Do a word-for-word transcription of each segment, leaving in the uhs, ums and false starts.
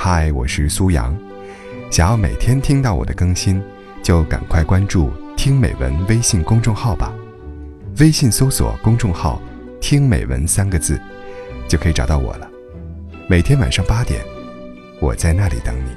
嗨，我是苏阳。想要每天听到我的更新，就赶快关注听美文微信公众号吧。微信搜索公众号听美文三个字，就可以找到我了。每天晚上八点，我在那里等你。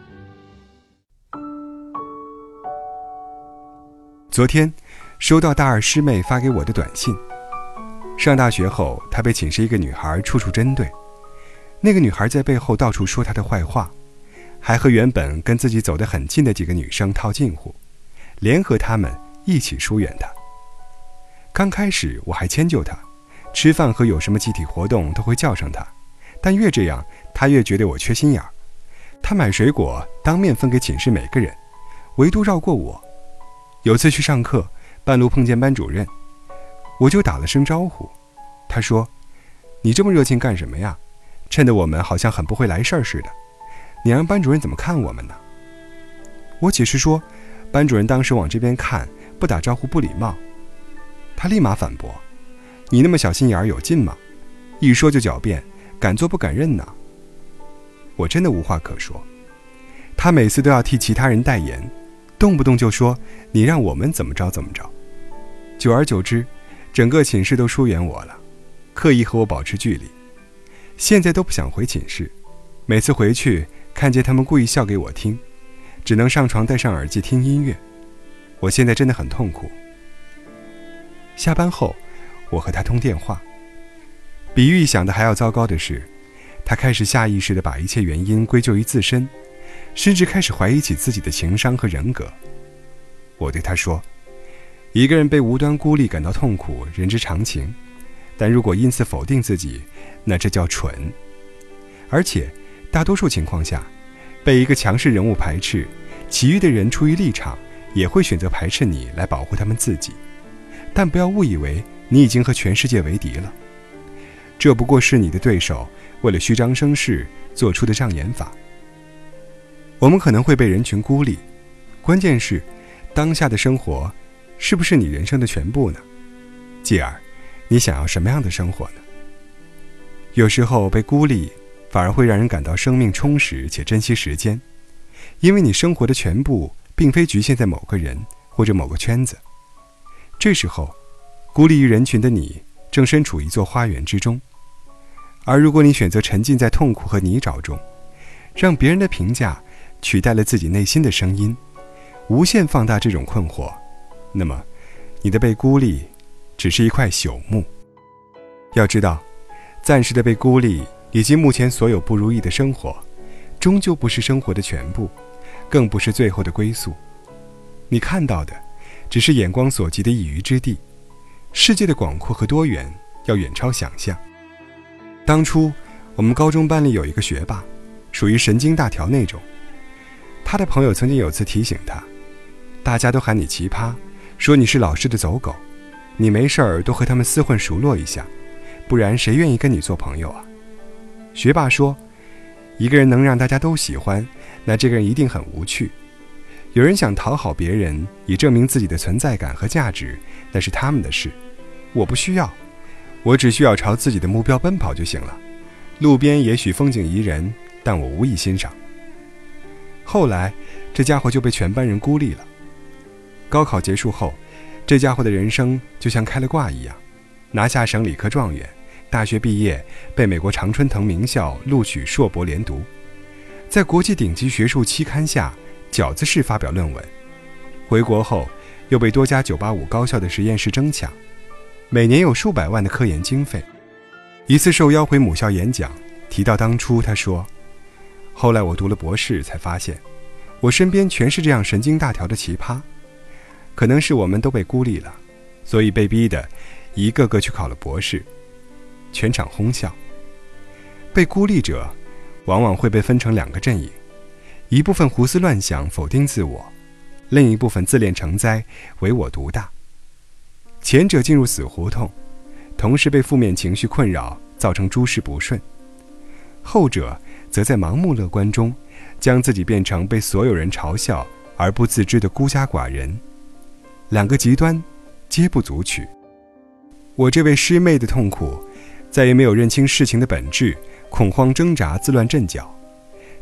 昨天收到大二师妹发给我的短信，上大学后，她被寝室一个女孩处处针对，那个女孩在背后到处说她的坏话，还和原本跟自己走得很近的几个女生套近乎，联合她们一起疏远她。刚开始我还迁就她，吃饭和有什么集体活动都会叫上她，但越这样她越觉得我缺心眼儿。她买水果当面分给寝室每个人，唯独绕过我。有次去上课，半路碰见班主任，我就打了声招呼。他说：你这么热情干什么呀？趁得我们好像很不会来事儿似的，你让班主任怎么看我们呢？我解释说，班主任当时往这边看，不打招呼不礼貌。他立马反驳：你那么小心眼儿有劲吗？一说就狡辩，敢做不敢认呢。我真的无话可说。他每次都要替其他人代言，动不动就说你让我们怎么着怎么着。久而久之，整个寝室都疏远我了，刻意和我保持距离。现在都不想回寝室，每次回去看见他们故意笑给我听，只能上床戴上耳机听音乐。我现在真的很痛苦。下班后我和他通电话，比预想的还要糟糕的是，他开始下意识地把一切原因归咎于自身，甚至开始怀疑起自己的情商和人格。我对他说，一个人被无端孤立感到痛苦，人之常情，但如果因此否定自己，那这叫蠢。而且大多数情况下，被一个强势人物排斥，其余的人出于立场也会选择排斥你来保护他们自己。但不要误以为你已经和全世界为敌了，这不过是你的对手为了虚张声势做出的障眼法。我们可能会被人群孤立，关键是当下的生活是不是你人生的全部呢？继而你想要什么样的生活呢？有时候被孤立反而会让人感到生命充实且珍惜时间，因为你生活的全部并非局限在某个人或者某个圈子。这时候孤立于人群的你正身处一座花园之中，而如果你选择沉浸在痛苦和泥沼中，让别人的评价取代了自己内心的声音，无限放大这种困惑，那么你的被孤立只是一块朽木。要知道，暂时的被孤立以及目前所有不如意的生活，终究不是生活的全部，更不是最后的归宿。你看到的只是眼光所及的一隅之地，世界的广阔和多元要远超想象。当初我们高中班里有一个学霸，属于神经大条那种。他的朋友曾经有次提醒他，大家都喊你奇葩，说你是老师的走狗，你没事儿多和他们厮混熟络一下，不然谁愿意跟你做朋友啊？学霸说，一个人能让大家都喜欢，那这个人一定很无趣。有人想讨好别人以证明自己的存在感和价值，那是他们的事，我不需要，我只需要朝自己的目标奔跑就行了。路边也许风景宜人，但我无意欣赏。后来这家伙就被全班人孤立了。高考结束后，这家伙的人生就像开了挂一样，拿下省理科状元，大学毕业被美国常春藤名校录取硕博连读，在国际顶级学术期刊下饺子式发表论文。回国后又被多家九八五高校的实验室争抢，每年有数百万的科研经费。一次受邀回母校演讲，提到当初他说，后来我读了博士才发现，我身边全是这样神经大条的奇葩。可能是我们都被孤立了，所以被逼的一个个去考了博士。全场哄笑。被孤立者往往会被分成两个阵营，一部分胡思乱想否定自我，另一部分自恋成灾唯我独大。前者进入死胡同，同时被负面情绪困扰，造成诸事不顺；后者则在盲目乐观中将自己变成被所有人嘲笑而不自知的孤家寡人。两个极端皆不足取。我这位师妹的痛苦在于没有认清事情的本质，恐慌挣扎，自乱阵脚。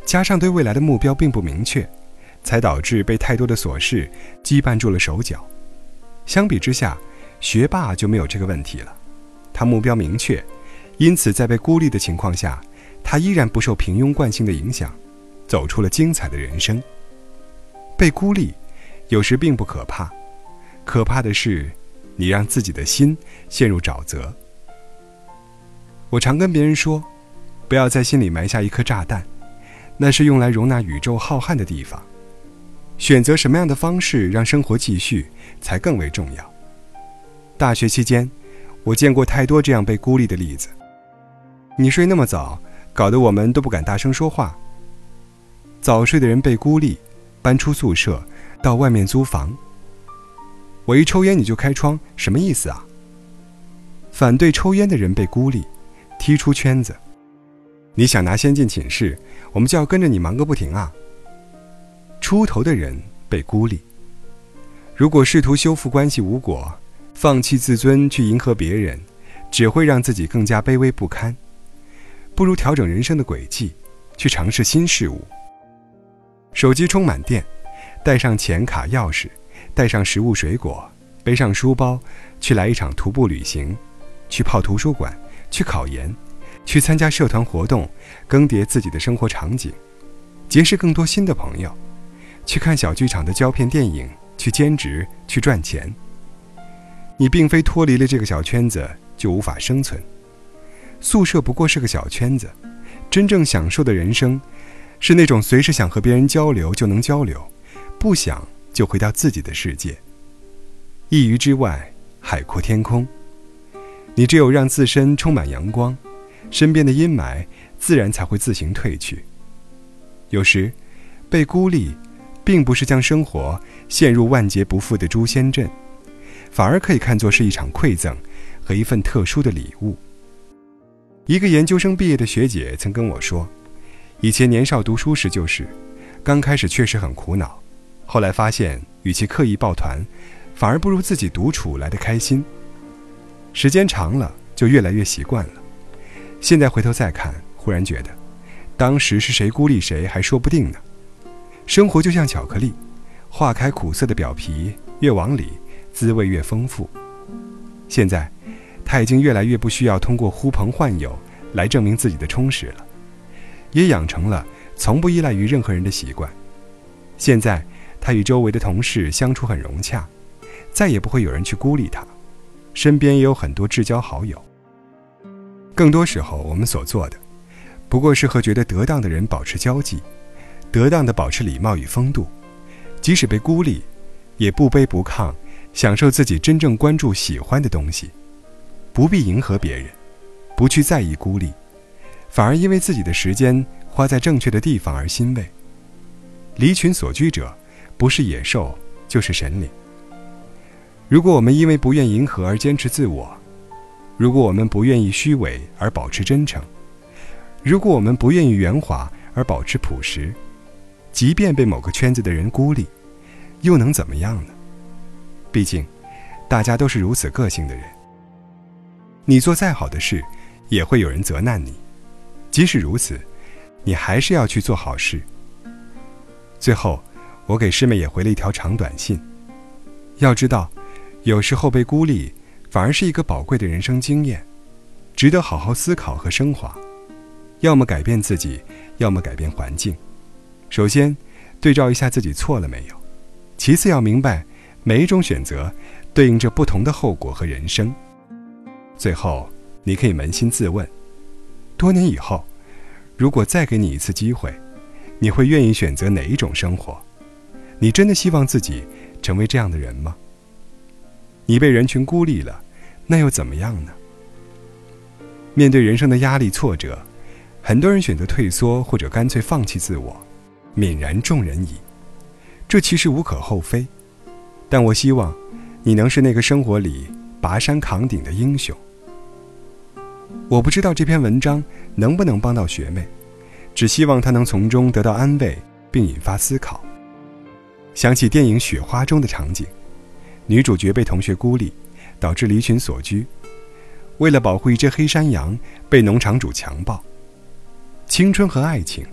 加上对未来的目标并不明确，才导致被太多的琐事羁绊住了手脚。相比之下，学霸就没有这个问题了，他目标明确，因此在被孤立的情况下，他依然不受平庸惯性的影响，走出了精彩的人生。被孤立有时并不可怕，可怕的是你让自己的心陷入沼泽。我常跟别人说，不要在心里埋下一颗炸弹，那是用来容纳宇宙浩瀚的地方。选择什么样的方式让生活继续才更为重要。大学期间，我见过太多这样被孤立的例子。你睡那么早，搞得我们都不敢大声说话。早睡的人被孤立，搬出宿舍，到外面租房。我一抽烟你就开窗，什么意思啊？反对抽烟的人被孤立，踢出圈子。你想拿先进寝室，我们就要跟着你忙个不停啊。出头的人被孤立。如果试图修复关系无果，放弃自尊去迎合别人，只会让自己更加卑微不堪。不如调整人生的轨迹，去尝试新事物。手机充满电，带上钱卡钥匙，带上食物水果，背上书包，去来一场徒步旅行，去泡图书馆，去考研，去参加社团活动，更迭自己的生活场景，结识更多新的朋友，去看小剧场的胶片电影，去兼职，去赚钱。你并非脱离了这个小圈子就无法生存，宿舍不过是个小圈子，真正享受的人生是那种随时想和别人交流就能交流，不想就回到自己的世界。一隅之外，海阔天空。你只有让自身充满阳光，身边的阴霾自然才会自行退去。有时被孤立并不是将生活陷入万劫不复的诛仙阵，反而可以看作是一场馈赠和一份特殊的礼物。一个研究生毕业的学姐曾跟我说，以前年少读书时就是刚开始确实很苦恼，后来发现与其刻意抱团，反而不如自己独处来得开心。时间长了就越来越习惯了，现在回头再看，忽然觉得当时是谁孤立谁还说不定呢。生活就像巧克力，化开苦涩的表皮，越往里滋味越丰富。现在他已经越来越不需要通过呼朋唤友来证明自己的充实了，也养成了从不依赖于任何人的习惯。现在他与周围的同事相处很融洽，再也不会有人去孤立他，身边也有很多至交好友。更多时候我们所做的不过是和觉得得当的人保持交际，得当的保持礼貌与风度，即使被孤立也不卑不亢，享受自己真正关注喜欢的东西。不必迎合别人，不去在意孤立，反而因为自己的时间花在正确的地方而欣慰。离群所居者，不是野兽就是神灵。如果我们因为不愿迎合而坚持自我，如果我们不愿意虚伪而保持真诚，如果我们不愿意圆滑而保持朴实，即便被某个圈子的人孤立，又能怎么样呢？毕竟大家都是如此个性的人。你做再好的事，也会有人责难你，即使如此，你还是要去做好事。最后我给师妹也回了一条长短信。要知道，有时候被孤立反而是一个宝贵的人生经验，值得好好思考和升华。要么改变自己，要么改变环境。首先对照一下自己错了没有，其次要明白每一种选择对应着不同的后果和人生。最后你可以扪心自问，多年以后，如果再给你一次机会，你会愿意选择哪一种生活？你真的希望自己成为这样的人吗？你被人群孤立了，那又怎么样呢？面对人生的压力挫折，很多人选择退缩或者干脆放弃自我，泯然众人矣。这其实无可厚非，但我希望你能是那个生活里拔山扛鼎的英雄。我不知道这篇文章能不能帮到学妹，只希望她能从中得到安慰并引发思考。想起电影《雪花》中的场景，女主角被同学孤立，导致离群索居，为了保护一只黑山羊被农场主强暴。青春和爱情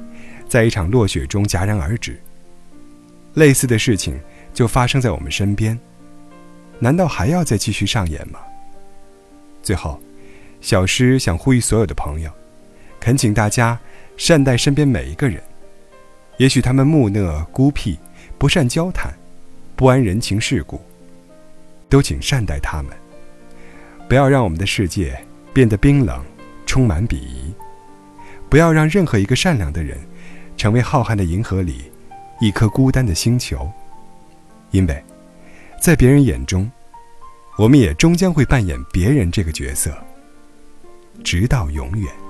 在一场落雪中戛然而止。类似的事情就发生在我们身边，难道还要再继续上演吗？最后，小诗想呼吁所有的朋友，恳请大家善待身边每一个人。也许他们木讷孤僻，不善交谈，不谙人情世故，都请善待他们，不要让我们的世界变得冰冷，充满鄙夷。不要让任何一个善良的人成为浩瀚的银河里一颗孤单的星球，因为在别人眼中，我们也终将会扮演别人这个角色，直到永远。